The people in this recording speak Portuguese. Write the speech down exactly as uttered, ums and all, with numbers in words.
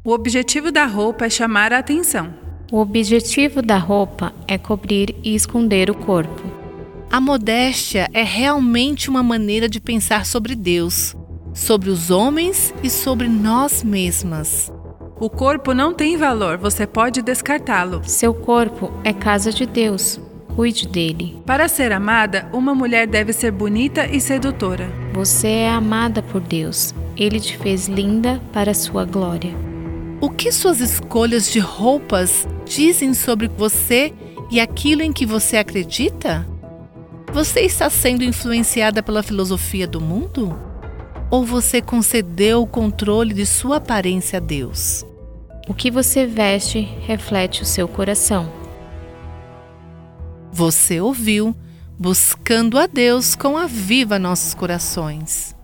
O objetivo da roupa é chamar a atenção. O objetivo da roupa é cobrir e esconder o corpo. A modéstia é realmente uma maneira de pensar sobre Deus, sobre os homens e sobre nós mesmas. O corpo não tem valor, você pode descartá-lo. Seu corpo é casa de Deus. Cuide dele. Para ser amada, uma mulher deve ser bonita e sedutora. Você é amada por Deus. Ele te fez linda para a sua glória. O que suas escolhas de roupas dizem sobre você e aquilo em que você acredita? Você está sendo influenciada pela filosofia do mundo? Ou você concedeu o controle de sua aparência a Deus? O que você veste reflete o seu coração. Você ouviu Buscando a Deus com Aviva Nossos Corações.